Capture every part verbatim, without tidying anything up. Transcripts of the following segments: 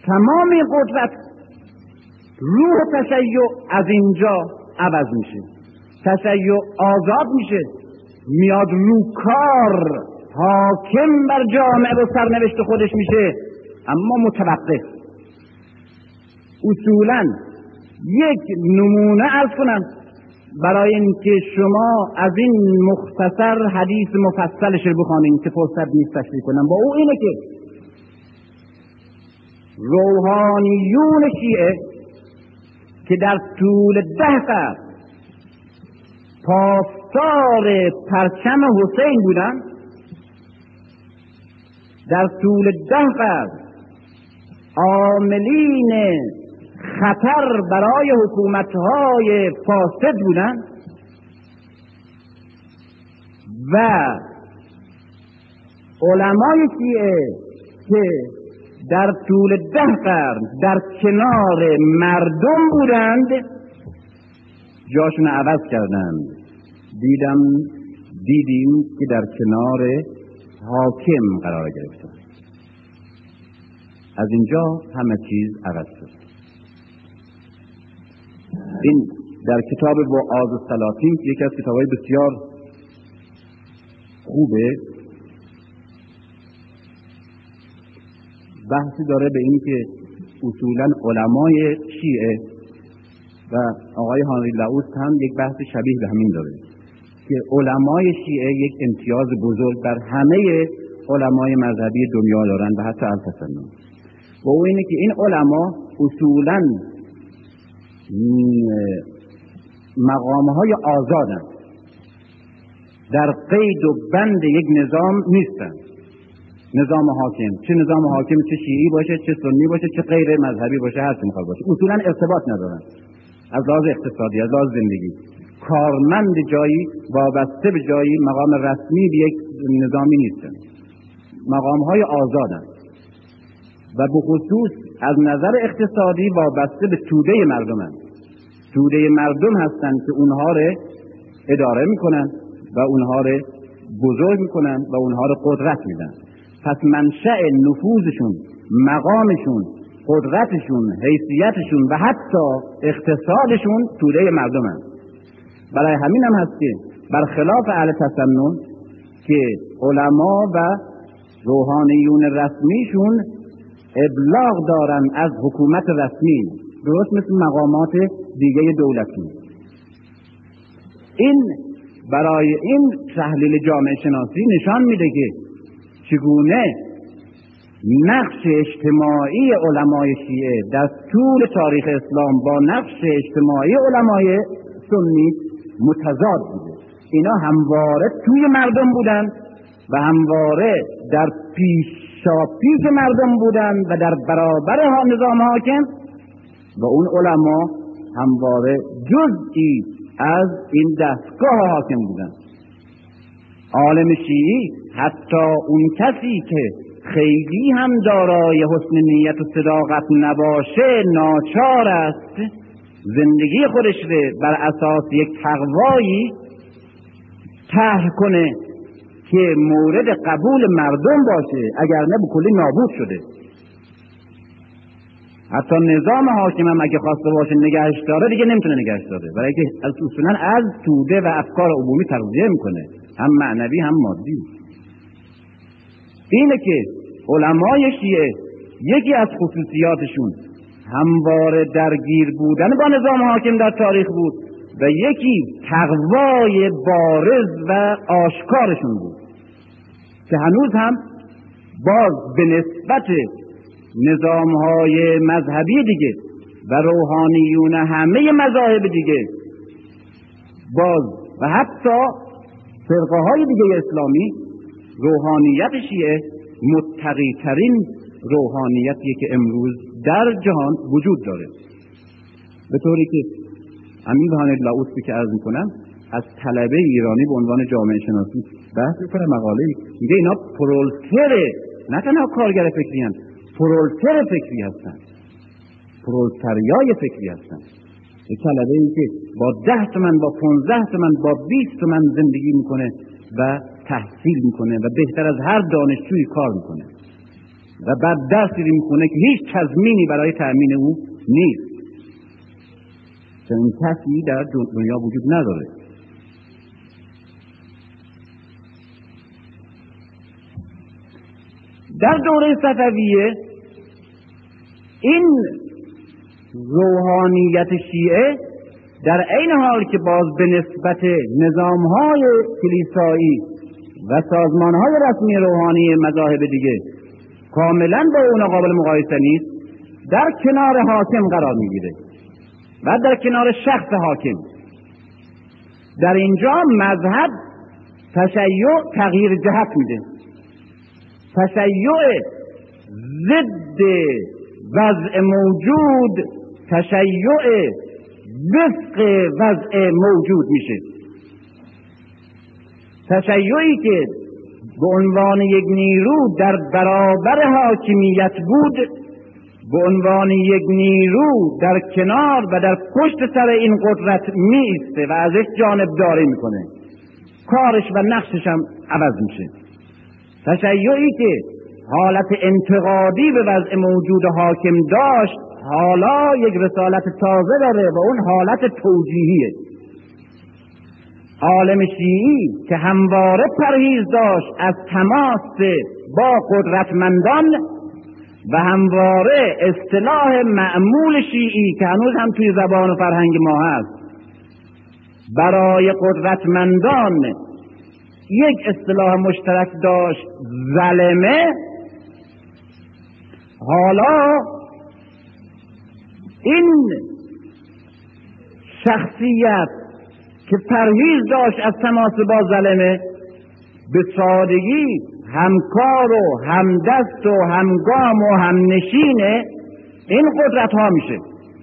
تمام قدرت روح تشیع از اینجا عوض میشه، تشیع آزاد میشه، میاد رو کار، حاکم بر جامعه و سرنوشت خودش میشه، اما متوقف. اصولا یک نمونه عرض کنم برای اینکه شما از این مختصر حدیث مفصلش رو بخوانید که فرصت نیست تشریح کنم. با او اینه که روحانیون شیعه که در طول ده قرن پاسدار پرچم حسین بودن، در طول ده قرن عاملین خطر برای حکومت‌های فاسد بودند و علمای شیعه که در طول ده قرن در کنار مردم بودند جاشون عوض کردند. دیدم دیدیم که در کنار حاکم قرار گرفتند. از اینجا همه چیز عوض شد. این در کتاب وعاظ السلاطین که یکی از کتاب‌های بسیار خوبه بحثی داره به این که اصولاً علمای شیعه و آقای هانری لاوست هم یک بحث شبیه به همین داره که علمای شیعه یک امتیاز بزرگ بر همه علمای مذهبی دنیا دارن و حتی التسنن. و او اینه که این علما اصولاً مقامهای آزادن، در قید و بند یک نظام نیستن. نظام حاکم، چه نظام حاکم چه شیعی باشه، چه سنی باشه، چه غیر مذهبی باشه، هر چه میخواد باشه، اصولا ارتباط ندارن از لحاظ اقتصادی، از لحاظ زندگی. کارمند جایی وابسته به جایی مقام رسمی به یک نظامی نیستن، مقامهای آزادن و به خصوص از نظر اقتصادی وابسته به توده مردمن. توده مردم هستن که اونها رو اداره میکنن و اونها رو بزرگ میکنن و اونها رو قدرت میدن. پس منشأ نفوذشون، مقامشون، قدرتشون، حیثیتشون و حتی اقتصادشون توده مردمن. برای همین هم هست که برخلاف اهل تسنن که علما و روحانیون رسمیشون ابلاغ دارن از حکومت رسمی، درست مثل مقامات دیگه دولتی. این برای این تحلیل جامعه شناسی نشان میده که چگونه نقش اجتماعی علمای شیعه در طول تاریخ اسلام با نقش اجتماعی علمای سنی متضاد بوده. اینا همواره توی مردم بودن و همواره در پیشاپیش مردم بودن و در برابر ها نظام حاکم، و اون علما همواره جزئی از این دستگاه حاکم بودن. عالم شیعی حتی اون کسی که خیلی هم دارای حسن نیت و صداقت نباشه ناچار است زندگی خودش رو بر اساس یک تقوایی طرح کنه که مورد قبول مردم باشه، اگر نه به کلی نابود شده. حتی نظام حاکم هم اگه خواسته باشه نگهش داره دیگه نمیتونه نگهش داره، برای که اصولا از توده و افکار عمومی تغذیه میکنه، هم معنوی هم مادی. اینه که علمای شیعه یکی از خصوصیاتشون همواره درگیر بودن با نظام حاکم در تاریخ بود و یکی تقوای بارز و آشکارشون بود که هنوز هم باز به نسبت نظامهای مذهبی دیگه و روحانیون همه مذاهب دیگه باز و حتی فرقه های دیگه اسلامی، روحانیت شیعه متقی ترین روحانیتیه که امروز در جهان وجود داره. به طوری که امین هانری لاوستی که عرض میکنم از طلبه ایرانی به عنوان جامعه شناسی بحث میکنه، مقاله میگه اینا پرولتر نه تنها کارگر فکری هستن، پرولتر فکری هستن، پرولتریای فکری هستن. یک طلبه ای که با ده تومن، با پونزده تومن، با بیست تومن زندگی میکنه و تحصیل میکنه و بهتر از هر دانشجوی کار میکنه. و بعد درسی میخونه که هیچ تضمینی برای تأمین او نیست. چنین کسی در دنیا وجود نداره. در دوره صفویه این روحانیت شیعه در عین حال که باز به نسبت نظام‌های کلیسایی و سازمان‌های رسمی روحانی مذاهب دیگه کاملا با اون قابل مقایسه نیست، در کنار حاکم قرار میگیره و در کنار شخص حاکم. در اینجا مذهب تشیع تغییر جهت میده، تشیع ضد وضع موجود تشیع وفق وضع موجود میشه. تشیعی که به عنوان یک نیرو در برابر حاکمیت بود، به عنوان یک نیرو در کنار و در پشت سر این قدرت می ایسته و ازش جانبداری میکنه، کارش و نقشش هم عوض میشه. تشیعی که حالت انتقادی به وضع موجود حاکم داشت حالا یک رسالت تازه داره و اون حالت توجیهیه. عالم شیعی که همواره پرهیز داشت از تماس با قدرتمندان و همواره اصطلاح معمول شیعی که هنوز هم توی زبان و فرهنگ ما هست برای قدرتمندان یک اصطلاح مشترک داشت، ظلمه، حالا این شخصیت که پرهیز داشت از تماس با ظلمه به سادگی همکار و همدست و همگام و همنشین این قدرت ها میشه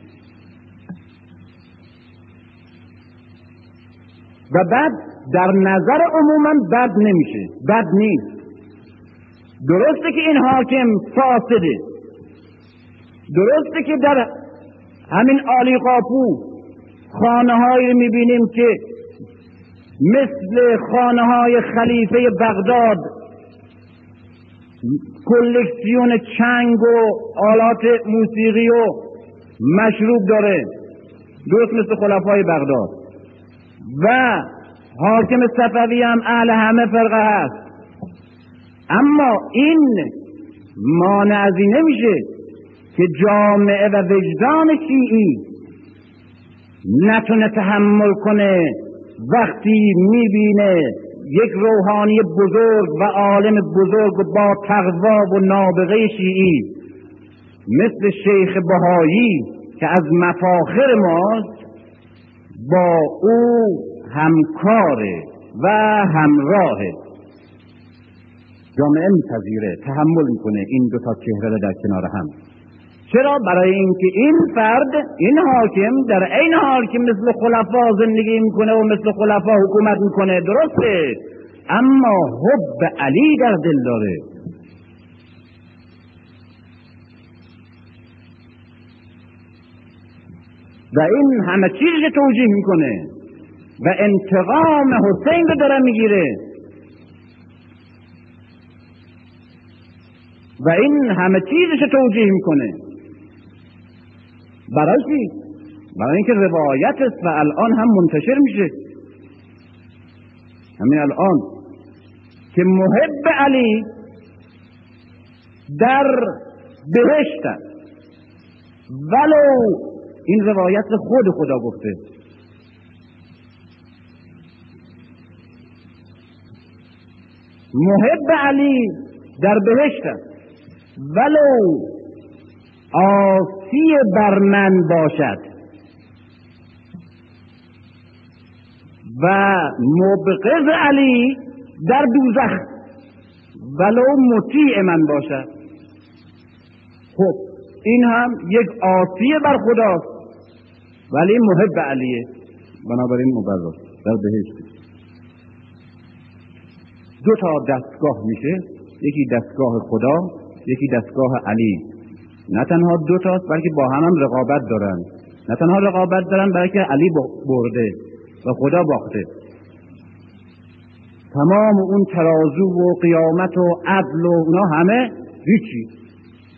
و بعد در نظر عموما بد نمیشه، بد نیست. درسته که این حاکم فاسده، درسته که در همین عالی قاپو خانه هایی میبینیم که مثل خانه های خلیفه بغداد کلکسیون چنگ و آلات موسیقی و مشروب داره، درست مثل خلفای بغداد. و حاکم صفوی هم اهل همه فرقه هست، اما این مانع از این نمیشه که جامعه و وجدان شیعی نتونه تحمل کنه وقتی میبینه یک روحانی بزرگ و عالم بزرگ با تقوا و نابغه شیعی مثل شیخ بهایی که از مفاخر ماست با او همکاره و همراهه. جامعه میپذیره، تحمل میکنه این دو تا چهره در کنار هم. چرا؟ برای اینکه این فرد، این حاکم در عین حال که مثل خلفا زندگی میکنه و مثل خلفا حکومت میکنه، درسته، اما حب علی در دل داره. و این همه چیزش توجیه میکنه و انتقام حسین رو داره میگیره و این همه چیزش توجیه میکنه. برای چی؟ برای اینکه روایت است و الان هم منتشر میشه. همین الان که محب علی در بهشت است، ولو این روایت خود خدا گفته. محب علی در بهشت است ولو آسی بر من باشد و مبغض علی در دوزخ ولو مطیع من باشد. خب این هم یک آسی بر خداست ولی محب علیه، بنابراین مبرر در بهشت. دو تا دستگاه میشه، یکی دستگاه خدا، یکی دستگاه علی. نه تنها دو تاست بلکه با هم هم رقابت دارن. نه تنها رقابت دارن بلکه علی برده و خدا باخته. تمام اون ترازو و قیامت و عدل و اونا همه هیچی.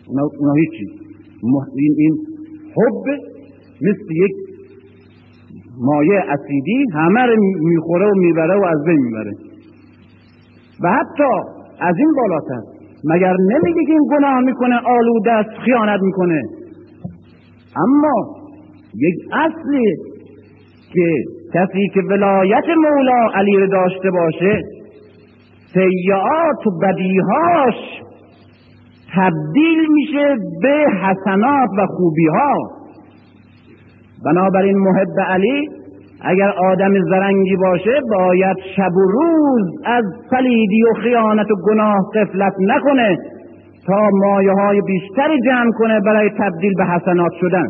اونا, اونا هیچی. این, این حب مثل یک مایع اسیدی همه رو میخوره و میبره و از بین میبره. و حتی از این بالاتر مگر نمیگه که این گناه میکنه، آلوده است، خیانت میکنه، اما یک اصلی که کسی که ولایت مولا علی رو داشته باشه سیئات و بدیهاش تبدیل میشه به حسنات و خوبیها. بنابراین محب علی اگر آدم زرنگی باشه باید شب و روز از پلیدی و خیانت و گناه غفلت نکنه تا مایه های بیشتری جمع کنه برای تبدیل به حسنات شدن.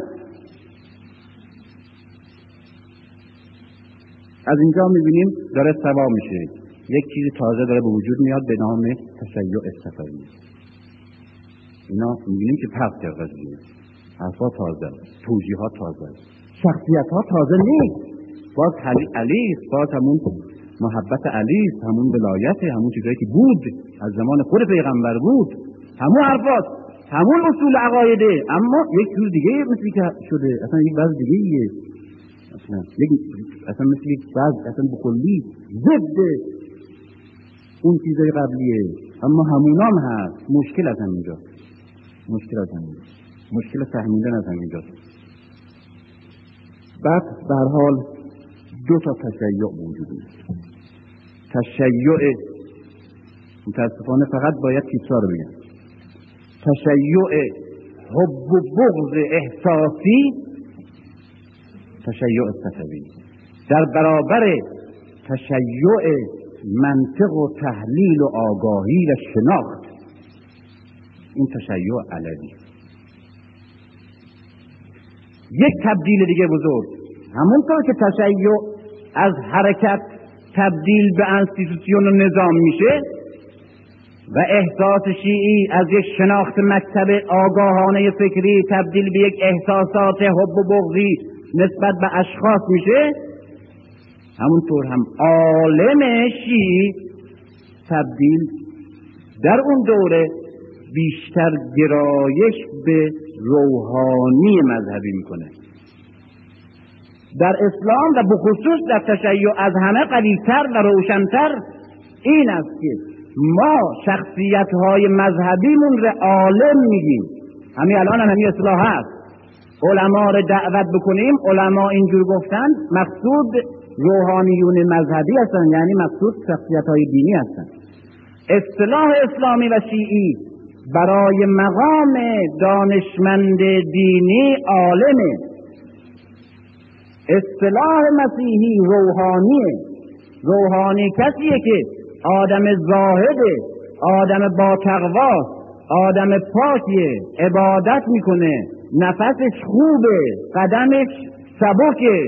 از اینجا میبینیم داره سوا میشه، یک چیز تازه داره به وجود میاد به نام تشیع صفوی. اینا میبینیم که فرق کرده قضیه، حرفا تازه، توجیهات تازه، شخصیت ها تازه نیست. باز علی است، باز همون محبت علی است، همون ولایت، همون چیزایی که بود از زمان خود پیغمبر بود، همون حرفات، همون اصول عقایده، اما یک جور دیگه مثل که شده، اصلا یک وضع دیگه ایه، اصلا یک اصلا مثل یک وضع اصلا بکلی ضد اون چیزای قبلیه، اما همونام هست. مشکل از همینجا، مشکل از همینجا، مشکل فهمیدن از همینجا. بعد به هر حال دو تا تشیع وجود داره. تشیع متاسفانه فقط باید کیسا رو بگم، تشیع حب و بغض احساسی، تشیع صفوی در برابر تشیع منطق و تحلیل و آگاهی و شناخت، این تشیع علوی. یک تبدیل دیگه بزرگ، همونطور که تشیع از حرکت تبدیل به انستیتوسیون و نظام میشه و احساس شیعی از یک شناخت مکتب آگاهانه فکری تبدیل به یک احساسات حب و بغضی نسبت به اشخاص میشه، همونطور هم عالم شیعی تبدیل در اون دوره بیشتر گرایش به روحانی مذهبی میکنه. در اسلام و بخصوص در تشیع از همه قوی‌تر و روشن‌تر این است که ما شخصیت‌های مذهبیمون رو عالم میگیم. همین الان هم همین اصطلاح هست، علما رو دعوت بکنیم، علما اینجور گفتن، مقصود روحانیون مذهبی هستن، یعنی مقصود شخصیت‌های دینی هستن. اصطلاح اسلامی و شیعی برای مقام دانشمند دینی عالمه، اصطلاح مسیحی روحانیه. روحانی کسیه که آدم زاهده، آدم با تقوا، آدم پاکیه، عبادت میکنه، نفسش خوبه، قدمش سبکه،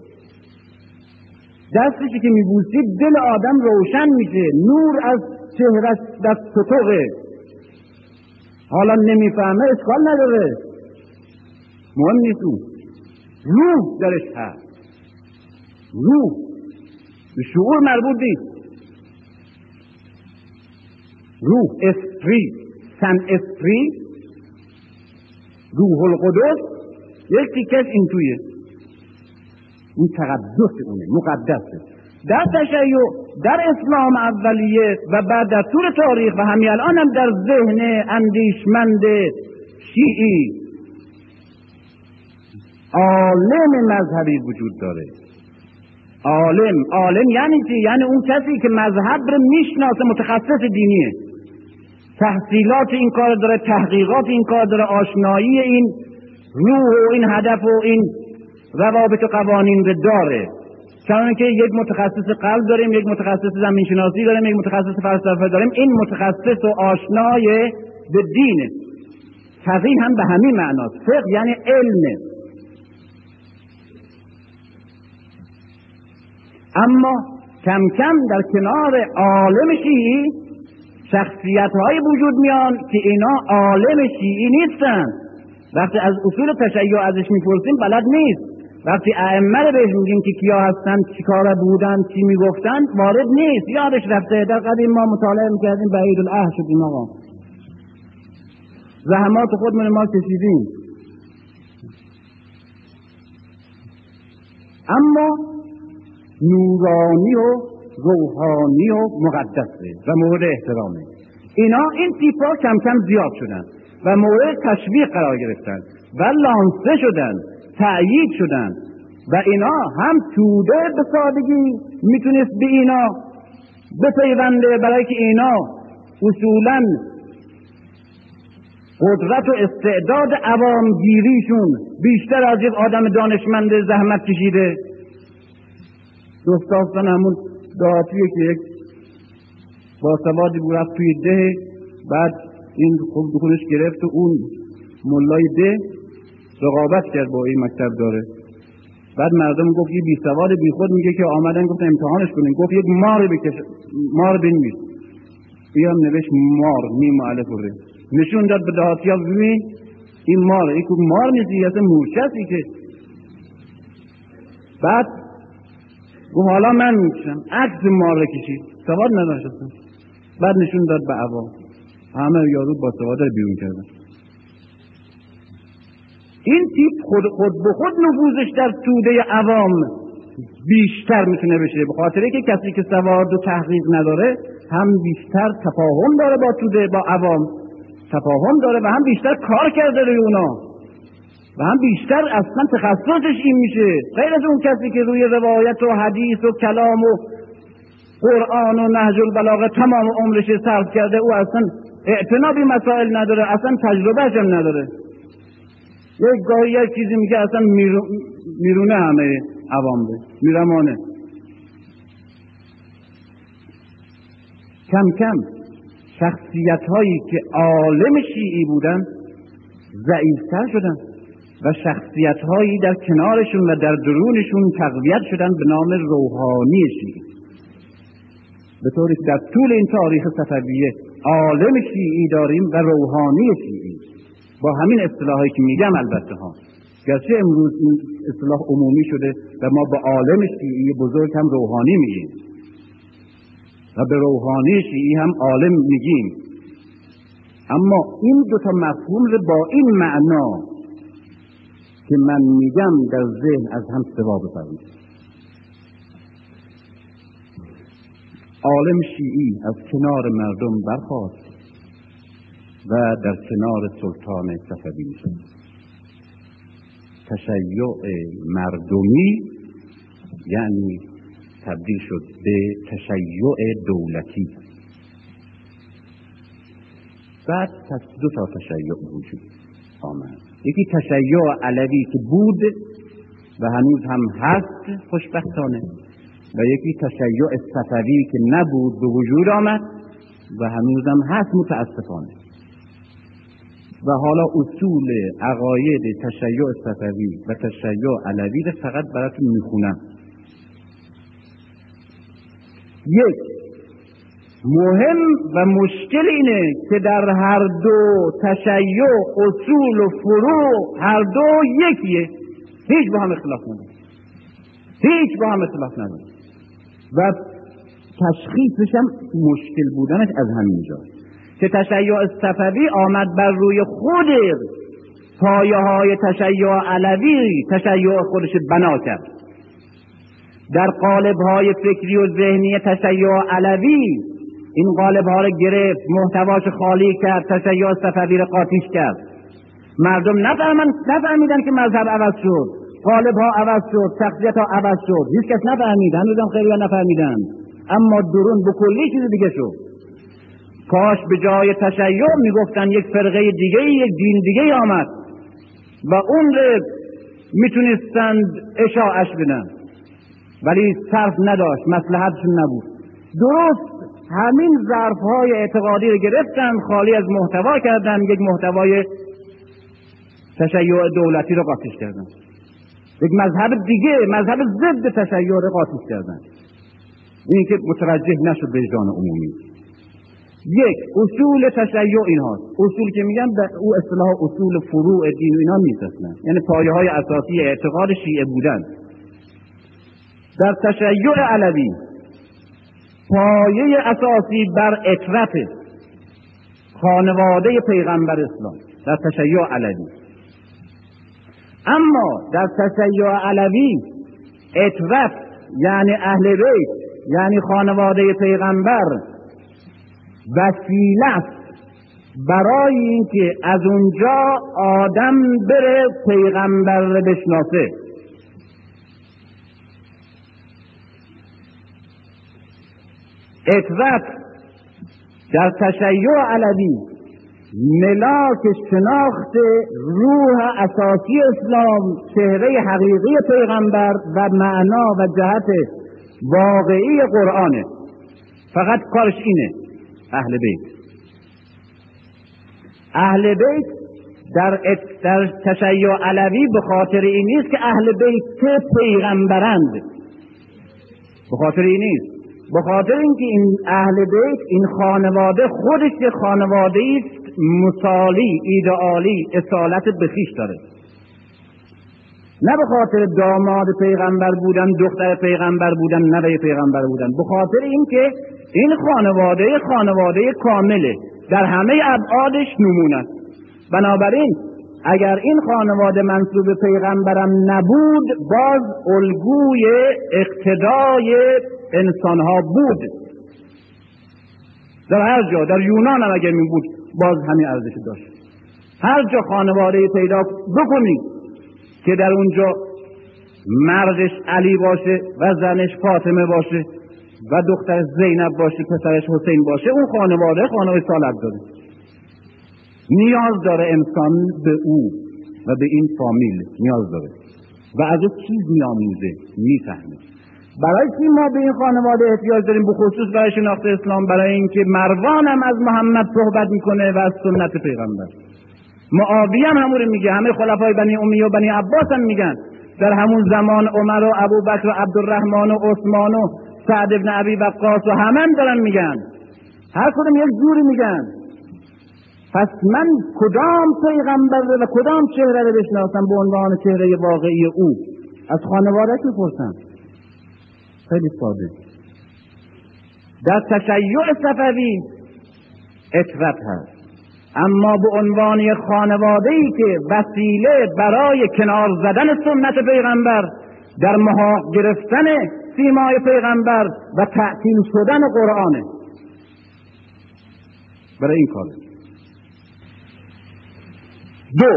دستشی که میبوسید دل آدم روشن میشه، نور از چهرش دست ستوقه. حالا نمیفهمه اشکال نداره، مهم نیست، اون روح درش هست، روح به شعور مربوط نیست. روح اسپری، سن اسپری، روح القدس، یک تیکش این تویه، این تقدس اونه، مقدسه. در تشیع در اسلام اولیه و بعد در طول تاریخ و همین الان هم در ذهن اندیشمند شیعی عالم مذهبی وجود داره. عالم، عالم یعنی چی؟ یعنی اون کسی که مذهب رو میشناسه، متخصص دینیه، تحصیلات این کار داره، تحقیقات این کار داره، آشنایی این روح و این هدف و این روابط و قوانین رو داره. چون که یک متخصص قلب داریم، یک متخصص زمین شناسی داریم، یک متخصص فلسفه داریم، این متخصص و آشنای به دینه. فقیه هم به همین معناست، فقه یعنی علمه. اما کم کم در کنار عالم شیعی شخصیت های وجود میان که اینا عالم شیعی نیستن. وقتی از اصول تشیع ازش میپرسیم بلد نیست، وقتی ائمه رو بهش میگیم که کیا هستن، چی کاره بودن، چی میگفتن، وارد نیست، یادش رفته. در قدیم ما مطالعه میکردیم بعید العهد شدیم آقا. زحمات خودمون ما کشیدیم، اما نورانی و روحانی و مقدسه و مورد احترامه. اینا این تیپا کم کم زیاد شدن و مورد تشویق قرار گرفتن و لانسه شدن، تأیید شدن و اینا هم توده به سادگی میتونست به اینا بپیونده، برای که اینا اصولاً قدرت و استعداد عوامگیریشون بیشتر از یک آدم دانشمند زحمت کشیده. دوستان همون دهاتیه که یک باسوادی بود رفت توی ده، بعد این خوب بخونش گرفت و اون ملای ده رقابت کرد با این مکتب داره. بعد مردم گفت یه بی سواد بی خود میگه که آمدن گفت امتحانش کنین، گفت یک مار بکش، مار بنویس. بیام نوشت مار، میم و الف و ر، نشون داد به دهاتی‌ها ببین این مار، این مار نیست، این اصلا مورچه‌ای که. بعد گفت حالا من میکشم، عکس مار رو کشید، سواد نداشتم. بعد نشون داد به عوام، همه یارو با سواد رو بیرون کردن. این تیپ خود خود به خود نفوذش در توده عوام بیشتر میتونه بشه، به خاطر که کسی که سواد و تحقیق نداره هم بیشتر تفاهم داره با توده، با عوام تفاهم داره و هم بیشتر کار کرده روی اونا و هم بیشتر اصلا تخصصش این میشه، غیر از اون کسی که روی روایت و حدیث و کلام و قرآن و نهج البلاغه تمام عمرش صرف کرده، او اصلا اعتنا به مسائل نداره، اصلا تجربهش هم نداره. یک گاهی یک چیزی میگه اصلا میرو... میرونه همه عوام به میرمانه. کم کم شخصیت هایی که عالم شیعی بودن ضعیفتر شدن و شخصیت هایی در کنارشون و در درونشون تقویت شدن به نام روحانی شیعی، به طوری که در طول این تاریخ صفویه عالم شیعی داریم و روحانی شیعی، با همین اصطلاحی که میگم البته ها، گرچه امروز این اصطلاح عمومی شده و ما با عالم شیعی بزرگ هم روحانی میگیم و به روحانی شیعی هم عالم میگیم، اما این دو تا مفهوم رو با این معنا که من میگم در ذهن از هم سوا بفرمایید. عالم شیعی از کنار مردم برخاست و در کنار سلطان صفوی میشد. تشیع مردمی یعنی تبدیل شد به تشیع دولتی. بعد پس دو تا تشیع وجود آمد، یکی تشیع علوی که بود و هنوز هم هست خوشبختانه، و یکی تشیع صفوی که نبود به وجود آمد و هنوز هم هست متاسفانه. و حالا اصول عقاید تشیع صفوی و تشیع علوی رو فقط براتون میخونم. یک، مهم و مشکل اینه که در هر دو تشیع اصول و فروع هر دو یکیه، هیچ با هم اختلاف نداره، هیچ با هم اختلاف نداره و تشخیصش هم مشکل بودنش از همین جاست که تشیع صفوی آمد بر روی خود پایه های تشیع علوی تشیع خودش بنا کرد، در قالب های فکری و ذهنی تشیع علوی این قالب ها رو گرفت، محتواش خالی کرد، تشیع صفوی رو قاطیش کرد. مردم نفهمیدن که مذهب عوض شد، قالب ها عوض شد، شخصیت ها عوض شد، هیچ کس نفهمید، هنوزم خیلی ها نفهمیدن، اما درون به کلی چیز دیگه شد. کاش به جای تشیع میگفتن یک فرقه دیگه، یک دین دیگه آمد و اون رو میتونستند اشاعش بدن، ولی صرف نداشت، مصلحتشون نبود. درست همین ظرفهای اعتقادی رو گرفتن، خالی از محتوا کردن، یک محتوای تشیع دولتی رو قاطیش کردن، یک مذهب دیگه، مذهب ضد تشیع رو قاطیش کردن. این که متوجه نشد به وجدان عمومی. یک، اصول تشیع این هاست. اصول که میگم در او اصطلاح اصول فروع دین و اینا نیست اصلا، یعنی پایه های اساسی اعتقاد شیعه بودن. در تشیع علوی پایه اساسی بر اطرت خانواده پیغمبر اسلام، در تشیع علوی. اما در تشیع علوی اطرت یعنی اهل بیت یعنی خانواده پیغمبر وسیله است برای اینکه از اونجا آدم بره پیغمبر رو بشناسه. اطرت در تشیع علوی ملاک شناخت روح اساسی اسلام، چهره حقیقی پیغمبر و معنا و جهت واقعی قرآنه. فقط کارش اینه. اهل بیت اهل بیت در, در تشیع علوی به خاطر این نیست که اهل بیت پیغمبرند، به خاطر این نیست، به خاطر اینکه این اهل بیت، این خانواده خودش یک خانواده است مثالی، ایدئالی، اصالت به خویش داره. نه به خاطر داماد پیغمبر بودن، دختر پیغمبر بودن، نوه پیغمبر بودن، به خاطر اینکه این خانواده خانواده کامله، در همه ابعادش نمونه. بنابراین اگر این خانواده منسوب پیغمبرم نبود، باز الگوی اقتدای انسانها بود. در هر جا، در یونان هم اگر می بود باز همین ارزش داشت. هر جا خانواده پیدا بکنید که در اونجا مردش علی باشه و زنش فاطمه باشه و دختر زینب باشه، پسرش حسین باشه، اون خانواده خانواده سالب داره. نیاز داره انسان به او و به این فامیل نیاز داره و از او چیز میآموزه، میفهمه. برای چی ما به این خانواده احتیاج داریم؟ به خصوص برای شناخت اسلام، برای اینکه مروان هم از محمد صحبت میکنه و از سنت پیغمبر. معاویه هم همون میگه، همه خلفای بنی امیه و بنی عباس هم میگن. در همون زمان عمر و ابوبکر و عبدالرحمن و عثمان و سعد ابن ابی وقاص و همه هم دارن میگن، هر کدوم یک جوری میگن. پس من کدام پیغمبر و کدام چهره رو بشناسم به عنوان چهره واقعی او؟ از خانواده‌اش میپرسم. خیلی ساده. در تشیع صفوی اطرت هست، اما به عنوان یک خانواده‌ای که وسیله برای کنار زدن سنت پیغمبر، در محاق گرفتن سیمای پیغمبر و تعطیل شدن قرآنه. برای این کاره. دو،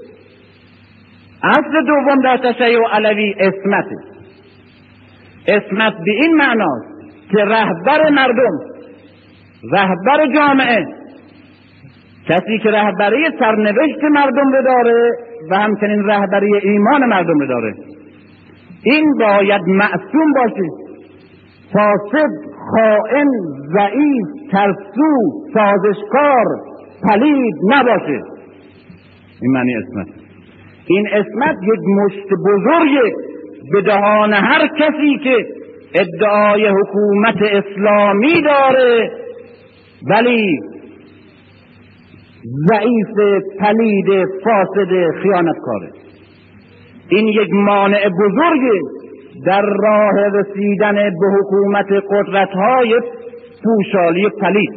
اصل دوم در تشیع علوی اسمته. اسمت به این معناست که رهبر مردم، رهبر جامعه، کسی که رهبری سرنوشت مردم رو داره و همچنین رهبری ایمان مردم رو داره، این باید معصوم باشه، فاسد، خائن، ضعیف، ترسو، سازشکار، پلید نباشه. این معنی اسمت. این اسمت یک مشت بزرگه به دهان هر کسی که ادعای حکومت اسلامی داره ولی ضعیف، پلید، فاسد، خیانتکاره. این یک مانع بزرگه در راه رسیدن به حکومت قدرت‌های پوشالی پلید.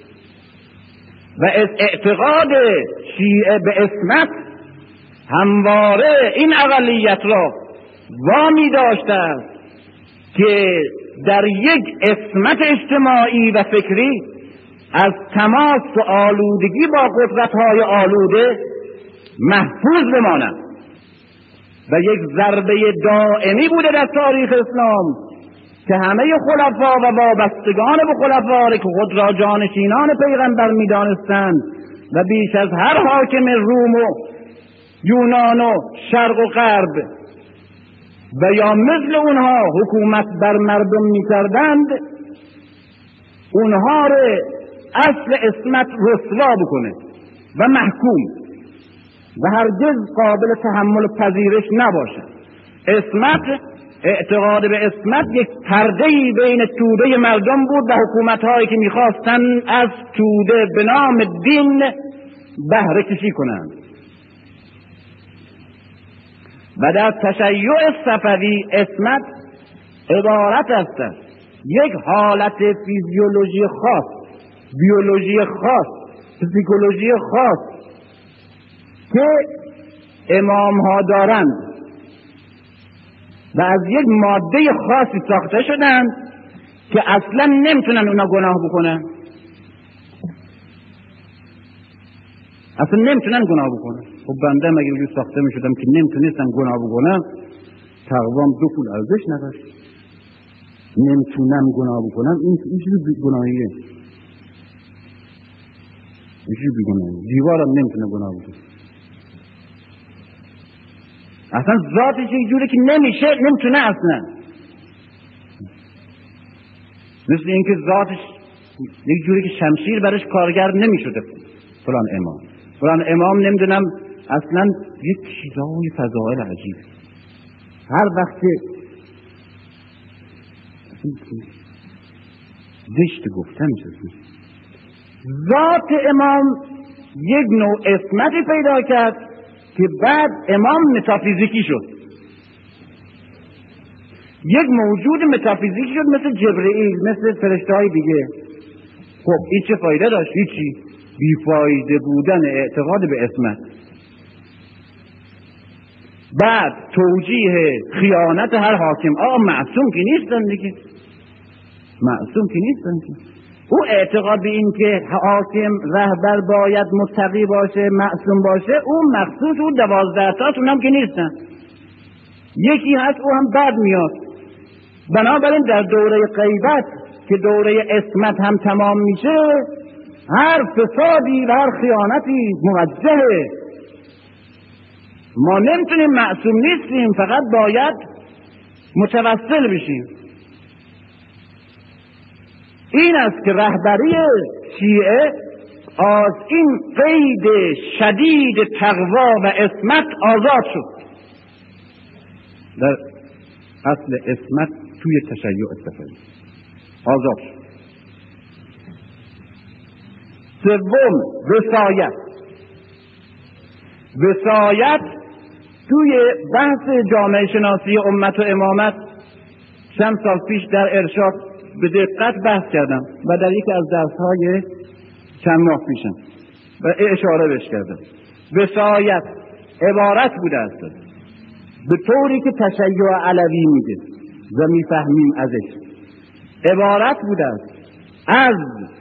و از اعتقاد شیعه به اسمت همواره این اقلیت را وامی داشته است که در یک اسمت اجتماعی و فکری از تماس و آلودگی با قدرت‌های آلوده محفوظ بمانند و یک ضربه دائمی بوده در تاریخ اسلام که همه خلفا و وابستگان به خلفا که خود را جانشینان پیغمبر می‌دانستند و بیش از هر حاکم روم و یونان و شرق و غرب و یا مثل اونها حکومت بر مردم می‌کردند، اونها را اصل اسمت رسوا بکنه و محکوم و هرگز قابل تحمل پذیرش نباشه. اسمت، اعتقاد به اسمت یک پرده‌ای بین توده مردم بود و حکومت‌هایی که می‌خواستن از توده به نام دین بهره کشی کنند. و در تشیع صفوی اسمت عبارت است از یک حالت فیزیولوژی خاص، بیولوژی خاص، پسیکولوژی خاص که امام ها دارند و از یک ماده خاصی ساخته شدند که اصلا نمیتونن اونا گناه بکنن، اصلا نمیتونن گناه بکنن. خب بنده مگه وجود ساخته میشدم که نمیتونستم گناه بکنم، تقوام دو پول ارزش نداشت. نمیتونم گناه بکنم، این اینجوری گناهیه، اینجوری بیگناهیه. دیوارم نمیتونه گناه بکنه، اصلا ذاتش یک جوری که نمیشه، نمیتونه اصلا. مثل اینکه ذاتش یک جوری که شمشیر برش کارگر نمیشده. فلان امام فلان امام نمیدونم اصلا یک چیزای فضائل عجیب. هر وقت که زشت گفتن میشه، ذات امام یک نوع عصمتی پیدا کرد که بعد امام متافیزیکی شد، یک موجود متافیزیکی شد مثل جبرئیل، مثل فرشته‌های دیگه. خب این چه فایده داشت؟ هیچی. بیفایده بودن اعتقاد به عصمت. بعد توجیه خیانت هر حاکم. آقا معصوم که نیستن دیگه، معصوم که نیستن که. او اعتقاد به این که حاکم رهبر باید متقی باشه، معصوم باشه، اون مخصوص او دوازده تاست، اونم که نیستن. یکی هست او هم بعد میاد. بنابراین در دوره غیبت که دوره عصمت هم تمام میشه، هر فسادی و هر خیانتی موجهه. ما نمیتونیم، معصوم نیستیم، فقط باید متوسل بشیم. این است که رهبری شیعه از این قید شدید تقوا و عصمت آزاد شد. در اصل عصمت توی تشیع صفوی آزاد شد. سوم، وصایت. وصایت توی بحث جامعه شناسی امت و امامت چند سال پیش در ارشاد به دقت بحث کردم و در یکی از درس‌های چند ماه پیشم و اشاره بهش کردم. وصایت عبارت بوده است به طوری که تشیع علوی میگه و میفهمیم ازش، عبارت بوده است از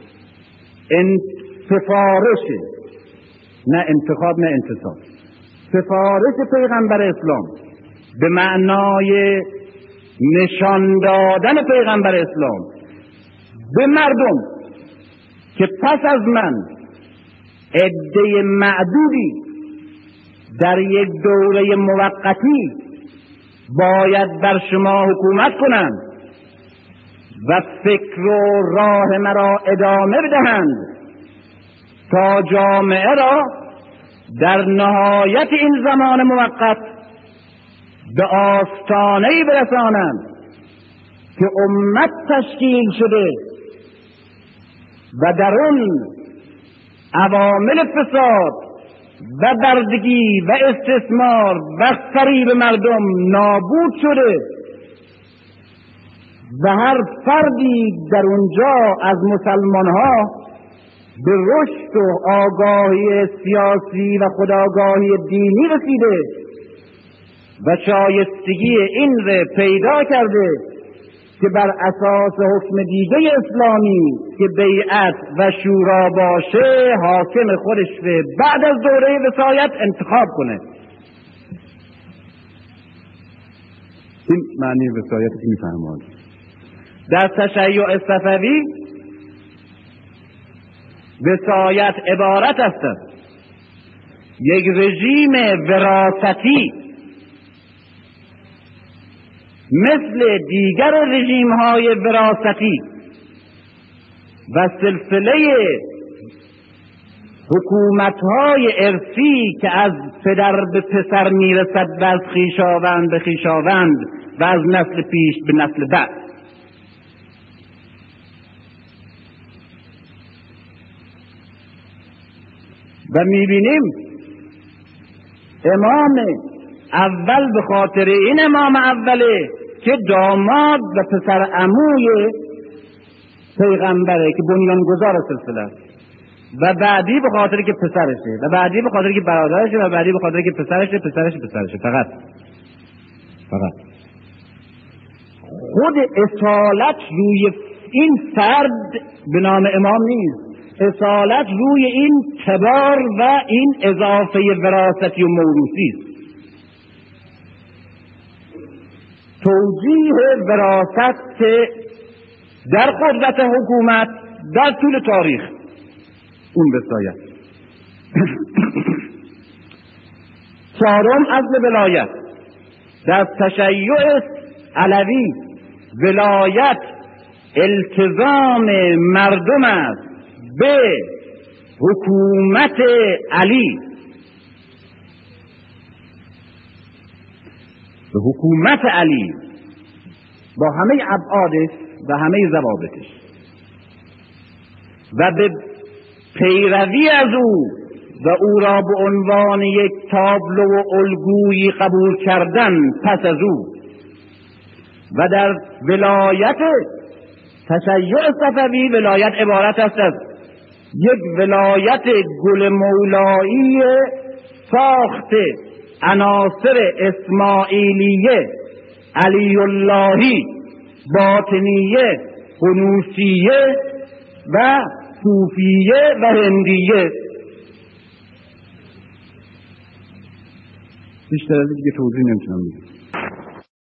سفارش، نه انتخاب نه انتصاب، سفارش پیغمبر اسلام به معنای نشان دادن پیغمبر اسلام به مردم که پس از من عده معدودی در یک دوره موقتی باید بر شما حکومت کنند و فکر و راه مرا ادامه بدهند تا جامعه را در نهایت این زمان موقت به آستانه‌ای برسانند که امت تشکیل شده و در اون عوامل فساد و بردگی و استثمار و فریب مردم نابود شده و هر فردی در اونجا از مسلمانها به رشد و آگاهی سیاسی و خودآگاهی دینی رسیده و شایستگی این را پیدا کرده که بر اساس حکم دیگه اسلامی که بیعت و شورا باشه حاکم خودش رو بعد از دوره وصایت انتخاب کنه. این معنی وصایت که میفهمید. در تشیع صفوی وصایت عبارت است یک رژیم وراثتی مثل دیگر رژیم های وراثتی و سلسله حکومت های ارثی که از پدر به پسر میرسد و از خویشاوند به خویشاوند و از نسل پیش به نسل بعد. و میبینیم امام اول به خاطر این امام اوله که داماد و پسر عموی پیغمبره که بنیانگذار سلسله است، و بعدی به خاطر که پسرشه و بعدی به خاطر که برادرشه و بعدی به خاطر که پسرشه پسرشه پسرشه فقط فقط خود اصالت روی این فرد به نام امام نیست، اصالت روی این تبار و این اضافه وراثتی و موروثی است. توجیه وراثت که در قدرت حکومت در طول تاریخ اون بساید. چهارم اصل ولایت. در تشیع علوی ولایت التزام مردم است به حکومت علی، به حکومت علی با همه ابعادش و همه ضوابطش و به پیروی از او و او را به عنوان یک تابلو و الگویی قبول کردن پس از او. و در ولایت تشیع صفوی ولایت عبارت است از یک ولایت گل مولایی ساخت عناصر اسماعیلیه، علی اللهی، باطنیه، قنوسیه و صوفیه و هندیه. بیشتر از این دیگه توضیح نمیتونم بدم.